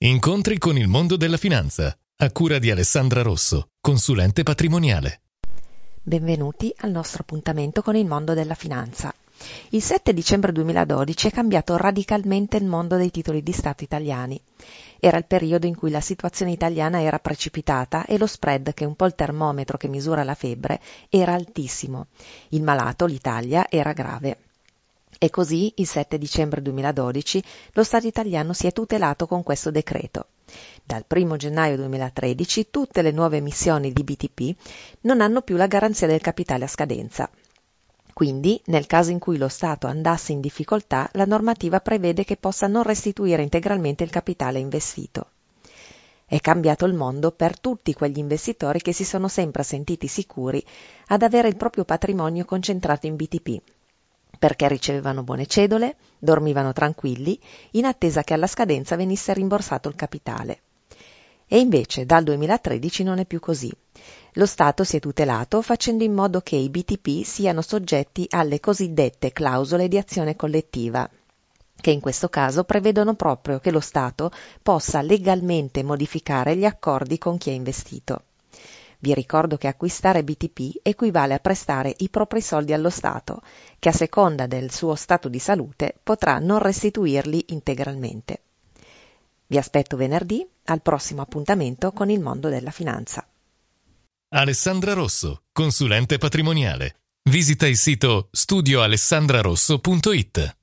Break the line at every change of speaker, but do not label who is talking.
Incontri con il mondo della finanza, a cura di Alessandra Rosso, consulente patrimoniale.
Benvenuti al nostro appuntamento con il mondo della finanza. Il 7 dicembre 2012 è cambiato radicalmente il mondo dei titoli di Stato italiani. Era il periodo in cui la situazione italiana era precipitata e lo spread, che è un po' il termometro che misura la febbre, era altissimo. Il malato, l'Italia, era grave. E così, il 7 dicembre 2012, lo Stato italiano si è tutelato con questo decreto. Dal 1 gennaio 2013 tutte le nuove emissioni di BTP non hanno più la garanzia del capitale a scadenza. Quindi, nel caso in cui lo Stato andasse in difficoltà, la normativa prevede che possa non restituire integralmente il capitale investito. È cambiato il mondo per tutti quegli investitori che si sono sempre sentiti sicuri ad avere il proprio patrimonio concentrato in BTP, perché ricevevano buone cedole, dormivano tranquilli, in attesa che alla scadenza venisse rimborsato il capitale. E invece dal 2013 non è più così. Lo Stato si è tutelato facendo in modo che i BTP siano soggetti alle cosiddette clausole di azione collettiva, che in questo caso prevedono proprio che lo Stato possa legalmente modificare gli accordi con chi ha investito. Vi ricordo che acquistare BTP equivale a prestare i propri soldi allo Stato, che a seconda del suo stato di salute potrà non restituirli integralmente. Vi aspetto venerdì al prossimo appuntamento con il mondo della finanza.
Alessandra Rosso, consulente patrimoniale. Visita il sito studioalessandrarosso.it.